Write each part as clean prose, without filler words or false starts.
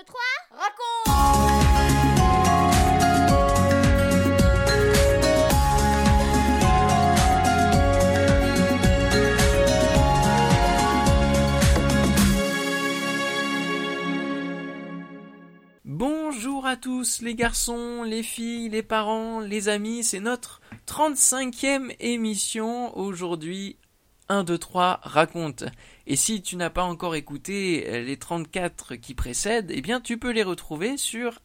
2, 3, raconte! Bonjour à tous les garçons, les filles, les parents, les amis, c'est notre 35e émission aujourd'hui. 1, 2, 3, raconte. Et si tu n'as pas encore écouté les 34 qui précèdent, eh bien tu peux les retrouver sur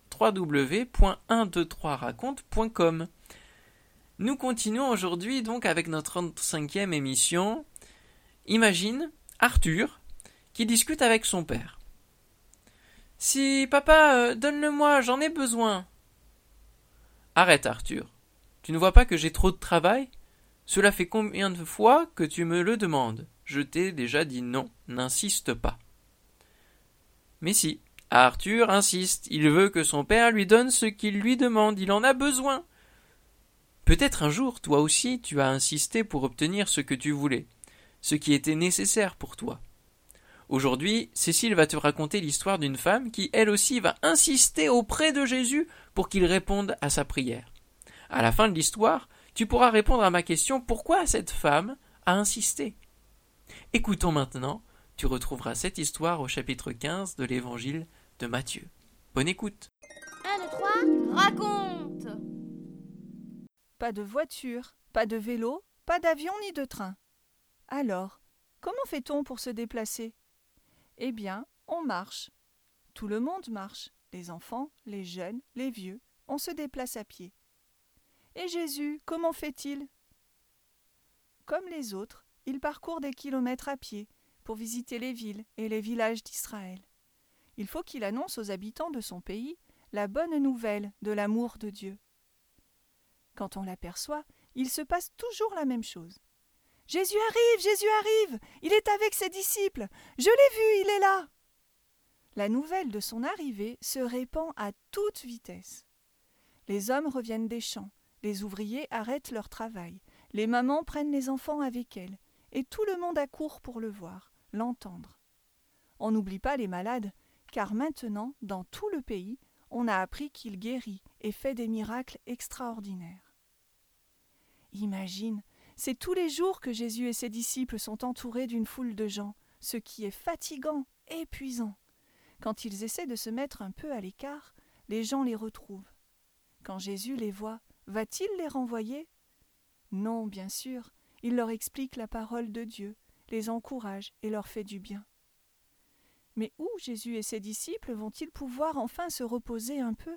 www.123raconte.com. Nous continuons aujourd'hui donc avec notre 35e émission. Imagine Arthur qui discute avec son père. Si papa, donne-le-moi, j'en ai besoin. Arrête Arthur, tu ne vois pas que j'ai trop de travail ? Cela fait combien de fois que tu me le demandes ? Je t'ai déjà dit non, n'insiste pas. Mais si, Arthur insiste, il veut que son père lui donne ce qu'il lui demande, il en a besoin. Peut-être un jour, toi aussi, tu as insisté pour obtenir ce que tu voulais, ce qui était nécessaire pour toi. Aujourd'hui, Cécile va te raconter l'histoire d'une femme qui, elle aussi, va insister auprès de Jésus pour qu'il réponde à sa prière. À la fin de l'histoire, tu pourras répondre à ma question « Pourquoi cette femme a insisté ?» Écoutons maintenant, tu retrouveras cette histoire au chapitre 15 de l'évangile de Matthieu. Bonne écoute. 1, 2, 3, raconte! Pas de voiture, pas de vélo, pas d'avion ni de train. Alors, comment fait-on pour se déplacer ? Eh bien, on marche. Tout le monde marche. Les enfants, les jeunes, les vieux, on se déplace à pied. Et Jésus, comment fait-il ? Comme les autres, il parcourt des kilomètres à pied pour visiter les villes et les villages d'Israël. Il faut qu'il annonce aux habitants de son pays la bonne nouvelle de l'amour de Dieu. Quand on l'aperçoit, il se passe toujours la même chose. « Jésus arrive, il est avec ses disciples, je l'ai vu, il est là !» La nouvelle de son arrivée se répand à toute vitesse. Les hommes reviennent des champs, les ouvriers arrêtent leur travail, les mamans prennent les enfants avec elles, et tout le monde accourt pour le voir, l'entendre. On n'oublie pas les malades, car maintenant, dans tout le pays, on a appris qu'il guérit et fait des miracles extraordinaires. Imagine, c'est tous les jours que Jésus et ses disciples sont entourés d'une foule de gens, ce qui est fatigant, épuisant. Quand ils essaient de se mettre un peu à l'écart, les gens les retrouvent. Quand Jésus les voit, va-t-il les renvoyer ? Non, bien sûr, il leur explique la parole de Dieu, les encourage et leur fait du bien. Mais où Jésus et ses disciples vont-ils pouvoir enfin se reposer un peu ?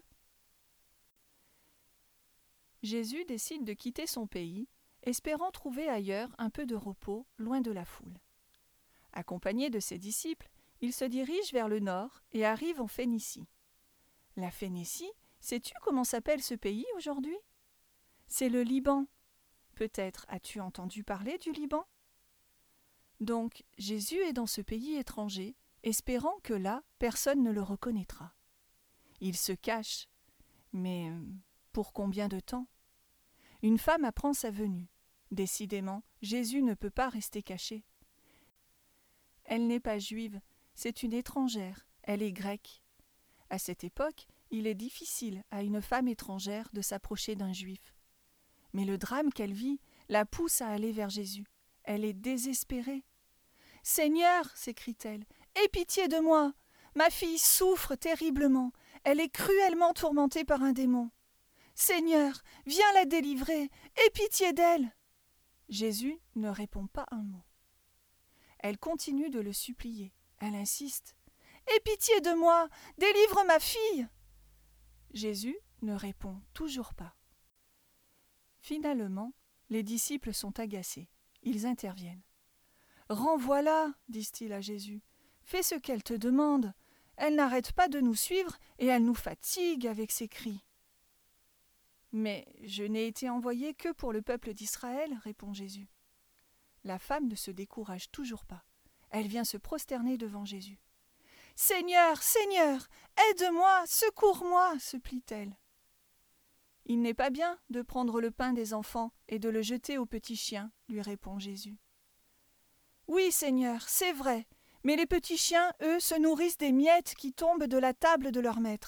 Jésus décide de quitter son pays, espérant trouver ailleurs un peu de repos, loin de la foule. Accompagné de ses disciples, il se dirige vers le nord et arrive en Phénicie. La Phénicie, sais-tu comment s'appelle ce pays aujourd'hui ? C'est le Liban. Peut-être as-tu entendu parler du Liban ? Donc, Jésus est dans ce pays étranger, espérant que là, personne ne le reconnaîtra. Il se cache. Mais pour combien de temps ? Une femme apprend sa venue. Décidément, Jésus ne peut pas rester caché. Elle n'est pas juive, c'est une étrangère, elle est grecque. À cette époque, il est difficile à une femme étrangère de s'approcher d'un juif. Mais le drame qu'elle vit la pousse à aller vers Jésus. Elle est désespérée. « Seigneur, s'écrie-t-elle, aie pitié de moi. Ma fille souffre terriblement. Elle est cruellement tourmentée par un démon. Seigneur, viens la délivrer. Aie pitié d'elle. » Jésus ne répond pas un mot. Elle continue de le supplier. Elle insiste. « Aie pitié de moi. Délivre ma fille. » Jésus ne répond toujours pas. Finalement, les disciples sont agacés. Ils interviennent. « Renvoie-la, disent-ils à Jésus. Fais ce qu'elle te demande. Elle n'arrête pas de nous suivre et elle nous fatigue avec ses cris. » « Mais je n'ai été envoyé que pour le peuple d'Israël, répond Jésus. La femme ne se décourage toujours pas. Elle vient se prosterner devant Jésus. « Seigneur, Seigneur, aide-moi, secours-moi, supplie-t-elle. « Il n'est pas bien de prendre le pain des enfants et de le jeter aux petits chiens, lui répond Jésus. « Oui, Seigneur, c'est vrai, Mais les petits chiens, eux, se nourrissent des miettes qui tombent de la table de leur maître. »«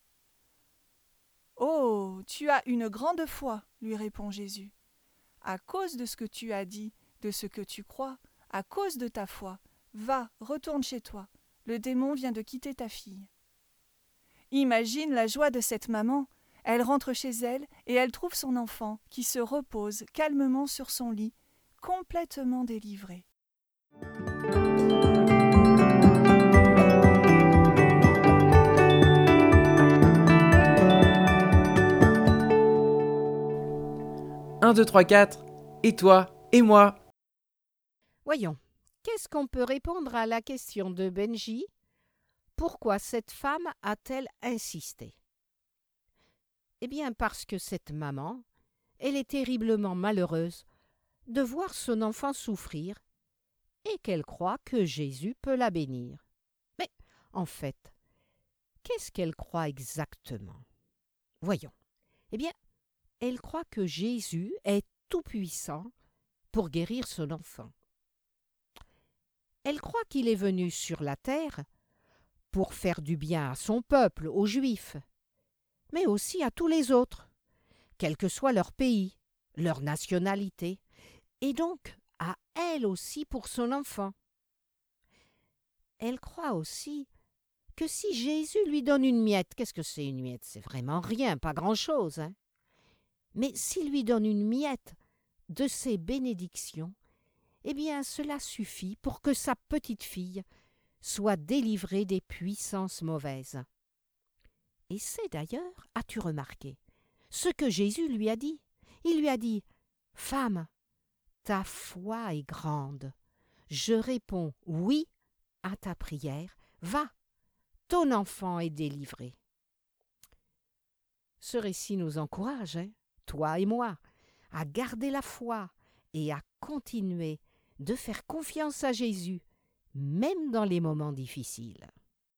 Oh, tu as une grande foi, lui répond Jésus. À cause de ce que tu as dit, de ce que tu crois, à cause de ta foi, va, retourne chez toi. Le démon vient de quitter ta fille. » Imagine la joie de cette maman. Elle rentre chez elle et elle trouve son enfant qui se repose calmement sur son lit, complètement délivré. Un, 2, 3, 4, et toi, et moi. Voyons, qu'est-ce qu'on peut répondre à la question de Benji ? Pourquoi cette femme a-t-elle insisté ? Eh bien parce que cette maman, elle est terriblement malheureuse de voir son enfant souffrir et qu'elle croit que Jésus peut la bénir. Mais en fait, qu'est-ce qu'elle croit exactement ? Voyons. Eh bien, elle croit que Jésus est tout-puissant pour guérir son enfant. Elle croit qu'il est venu sur la terre pour faire du bien à son peuple, aux Juifs, mais aussi à tous les autres, quel que soit leur pays, leur nationalité, et donc à elle aussi pour son enfant. Elle croit aussi que si Jésus lui donne une miette, qu'est-ce que c'est une miette ? C'est vraiment rien, pas grand-chose, hein ? Mais s'il lui donne une miette de ses bénédictions, eh bien cela suffit pour que sa petite fille soit délivrée des puissances mauvaises. Et c'est d'ailleurs, as-tu remarqué, ce que Jésus lui a dit. Il lui a dit « Femme, ta foi est grande. Je réponds oui à ta prière. Va, ton enfant est délivré. » Ce récit nous encourage, toi et moi, à garder la foi et à continuer de faire confiance à Jésus, même dans les moments difficiles.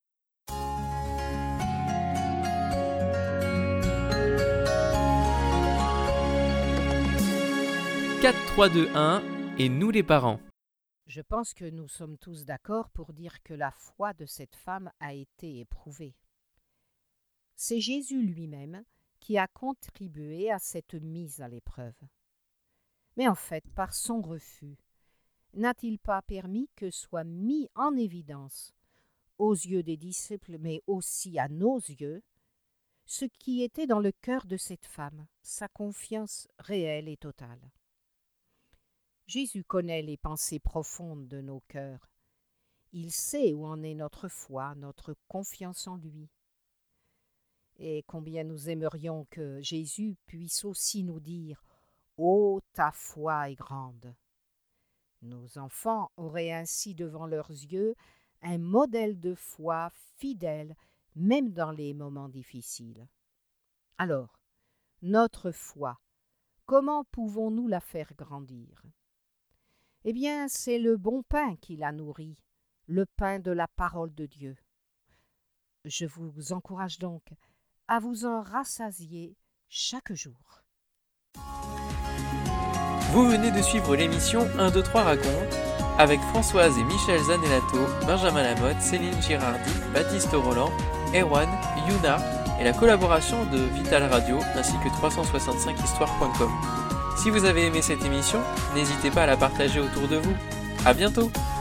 « 4, 3, 2, 1 et nous les parents. » Je pense que nous sommes tous d'accord pour dire que la foi de cette femme a été éprouvée. C'est Jésus lui-même qui a contribué à cette mise à l'épreuve. Mais en fait, par son refus, n'a-t-il pas permis que soit mis en évidence, aux yeux des disciples, mais aussi à nos yeux, ce qui était dans le cœur de cette femme, sa confiance réelle et totale. Jésus connaît les pensées profondes de nos cœurs. Il sait où en est notre foi, notre confiance en lui. Et combien nous aimerions que Jésus puisse aussi nous dire « Oh, ta foi est grande !» Nos enfants auraient ainsi devant leurs yeux un modèle de foi fidèle, même dans les moments difficiles. Alors, notre foi, comment pouvons-nous la faire grandir ? Eh bien, c'est le bon pain qui la nourrit, le pain de la parole de Dieu. Je vous encourage donc à vous en rassasier chaque jour. Vous venez de suivre l'émission 1, 2, 3 raconte avec Françoise et Michel Zanellato, Benjamin Lamotte, Céline Girardi, Baptiste Roland, Erwan, Yuna et la collaboration de Vital Radio ainsi que 365histoire.com. Si vous avez aimé cette émission, n'hésitez pas à la partager autour de vous. À bientôt!